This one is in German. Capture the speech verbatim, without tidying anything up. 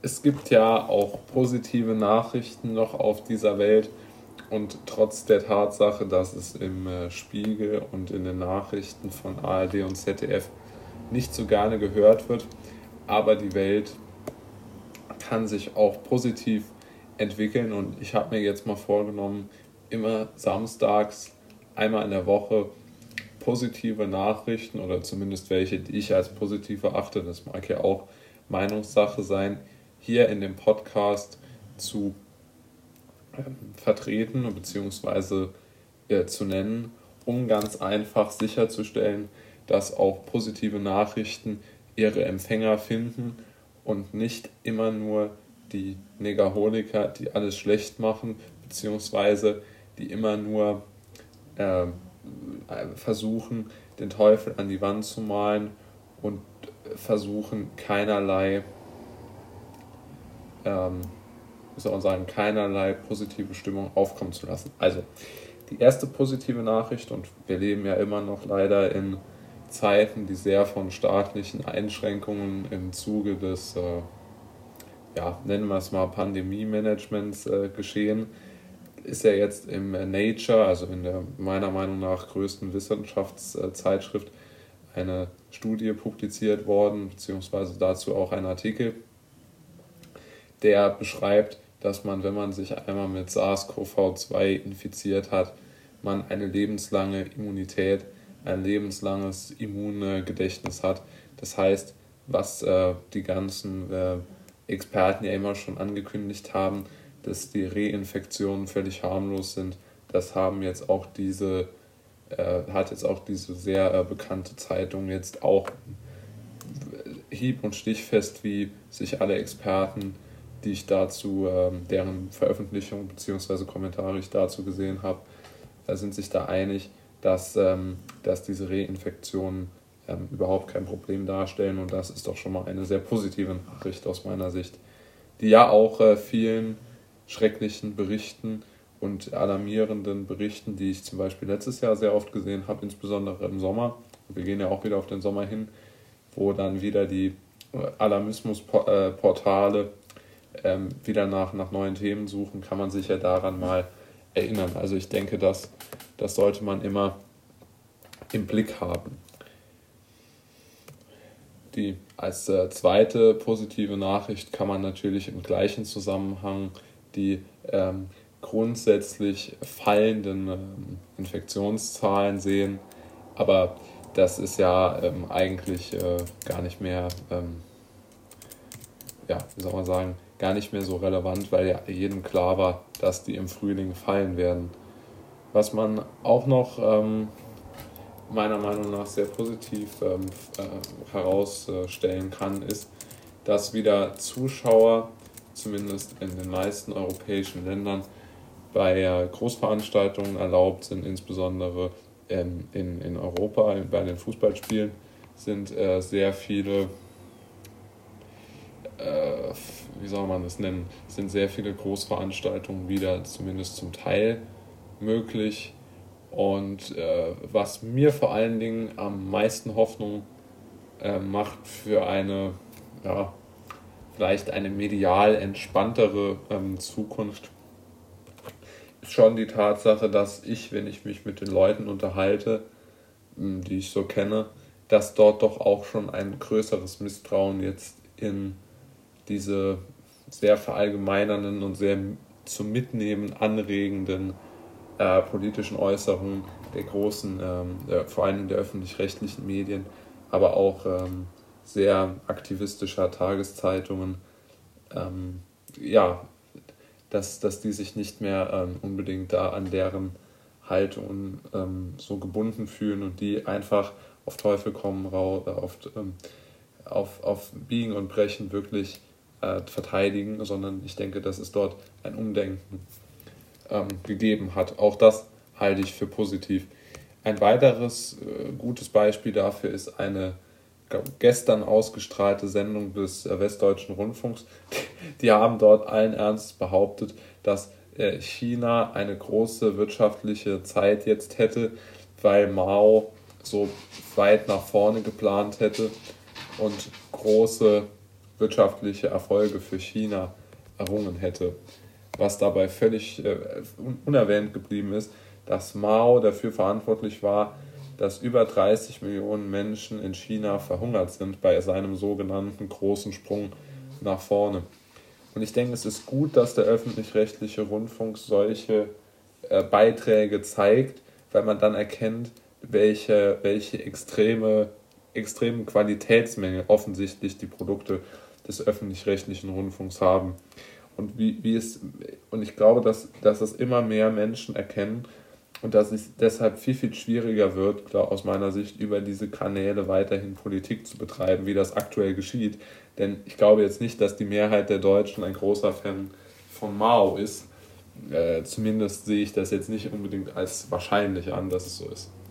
es gibt ja auch positive Nachrichten noch auf dieser Welt und trotz der Tatsache, dass es im äh, Spiegel und in den Nachrichten von A R D und Z D F nicht so gerne gehört wird, aber die Welt kann sich auch positiv entwickeln und ich habe mir jetzt mal vorgenommen, immer samstags einmal in der Woche positive Nachrichten oder zumindest welche, die ich als positiv erachte, das mag ja auch Meinungssache sein, hier in dem Podcast zu ähm, vertreten bzw. Äh, zu nennen, um ganz einfach sicherzustellen, dass auch positive Nachrichten ihre Empfänger finden und nicht immer nur die Negaholiker, die alles schlecht machen, beziehungsweise die immer nur äh, versuchen, den Teufel an die Wand zu malen und versuchen, keinerlei, ähm, wie soll man sagen, keinerlei positive Stimmung aufkommen zu lassen. Also, die erste positive Nachricht, und wir leben ja immer noch leider in Zeiten, die sehr von staatlichen Einschränkungen im Zuge des, äh, ja, nennen wir es mal Pandemie-Managements äh, geschehen, ist ja jetzt im Nature, also in der meiner Meinung nach größten Wissenschaftszeitschrift, eine Studie publiziert worden, beziehungsweise dazu auch ein Artikel, der beschreibt, dass man, wenn man sich einmal mit SARS-C o V zwei infiziert hat, man eine lebenslange Immunität, ein lebenslanges Immungedächtnis hat. Das heißt, was äh, die ganzen äh, Experten ja immer schon angekündigt haben, dass die Reinfektionen völlig harmlos sind, das haben jetzt auch diese, äh, hat jetzt auch diese sehr äh, bekannte Zeitung jetzt auch hieb- und stichfest, wie sich alle Experten, die ich dazu, äh, deren Veröffentlichung bzw. Kommentare ich dazu gesehen habe, äh, sind sich da einig, dass, ähm, dass diese Reinfektionen ähm, überhaupt kein Problem darstellen und das ist doch schon mal eine sehr positive Nachricht aus meiner Sicht, die ja auch äh, vielen schrecklichen Berichten und alarmierenden Berichten, die ich zum Beispiel letztes Jahr sehr oft gesehen habe, insbesondere im Sommer. Wir gehen ja auch wieder auf den Sommer hin, wo dann wieder die Alarmismus-Portale ähm, wieder nach, nach neuen Themen suchen, kann man sich ja daran mal erinnern. Also ich denke, das, das sollte man immer im Blick haben. Die als äh, zweite positive Nachricht kann man natürlich im gleichen Zusammenhang die ähm, grundsätzlich fallenden ähm, Infektionszahlen sehen, aber das ist ja ähm, eigentlich äh, gar nicht mehr, ähm, ja, wie soll man sagen, gar nicht mehr so relevant, weil ja jedem klar war, dass die im Frühling fallen werden. Was man auch noch ähm, meiner Meinung nach sehr positiv ähm, äh, herausstellen kann, ist, dass wieder Zuschauer, zumindest in den meisten europäischen Ländern, bei äh, Großveranstaltungen erlaubt sind, insbesondere ähm, in, in Europa, bei den Fußballspielen, sind äh, sehr viele, äh, wie soll man das nennen, sind sehr viele Großveranstaltungen wieder zumindest zum Teil möglich. Und äh, was mir vor allen Dingen am meisten Hoffnung äh, macht für eine, ja, vielleicht eine medial entspanntere ähm, Zukunft, ist schon die Tatsache, dass ich, wenn ich mich mit den Leuten unterhalte, die ich so kenne, dass dort doch auch schon ein größeres Misstrauen jetzt in diese sehr verallgemeinernden und sehr zum Mitnehmen anregenden äh, politischen Äußerungen der großen, ähm, äh, vor allem der öffentlich-rechtlichen Medien, aber auch ähm, sehr aktivistischer Tageszeitungen, ähm, ja, dass, dass die sich nicht mehr ähm, unbedingt da an deren Haltungen ähm, so gebunden fühlen und die einfach auf Teufel komm raus, auf, ähm, auf, auf Biegen und Brechen wirklich äh, verteidigen, sondern ich denke, dass es dort ein Umdenken ähm, gegeben hat. Auch das halte ich für positiv. Ein weiteres äh, gutes Beispiel dafür ist eine gestern ausgestrahlte Sendung des äh, Westdeutschen Rundfunks. Die haben dort allen Ernstes behauptet, dass äh, China eine große wirtschaftliche Zeit jetzt hätte, weil Mao so weit nach vorne geplant hätte und große wirtschaftliche Erfolge für China errungen hätte. Was dabei völlig äh, unerwähnt geblieben ist, dass Mao dafür verantwortlich war, dass über dreißig Millionen Menschen in China verhungert sind bei seinem sogenannten großen Sprung nach vorne. Und ich denke, es ist gut, dass der öffentlich-rechtliche Rundfunk solche äh, Beiträge zeigt, weil man dann erkennt, welche, welche extreme, extremen Qualitätsmängel offensichtlich die Produkte des öffentlich-rechtlichen Rundfunks haben. Und, wie, wie es, und ich glaube, dass, dass es immer mehr Menschen erkennen und dass es deshalb viel, viel schwieriger wird, klar, aus meiner Sicht, über diese Kanäle weiterhin Politik zu betreiben, wie das aktuell geschieht. Denn ich glaube jetzt nicht, dass die Mehrheit der Deutschen ein großer Fan von Mao ist. Äh, zumindest sehe ich das jetzt nicht unbedingt als wahrscheinlich an, dass es so ist.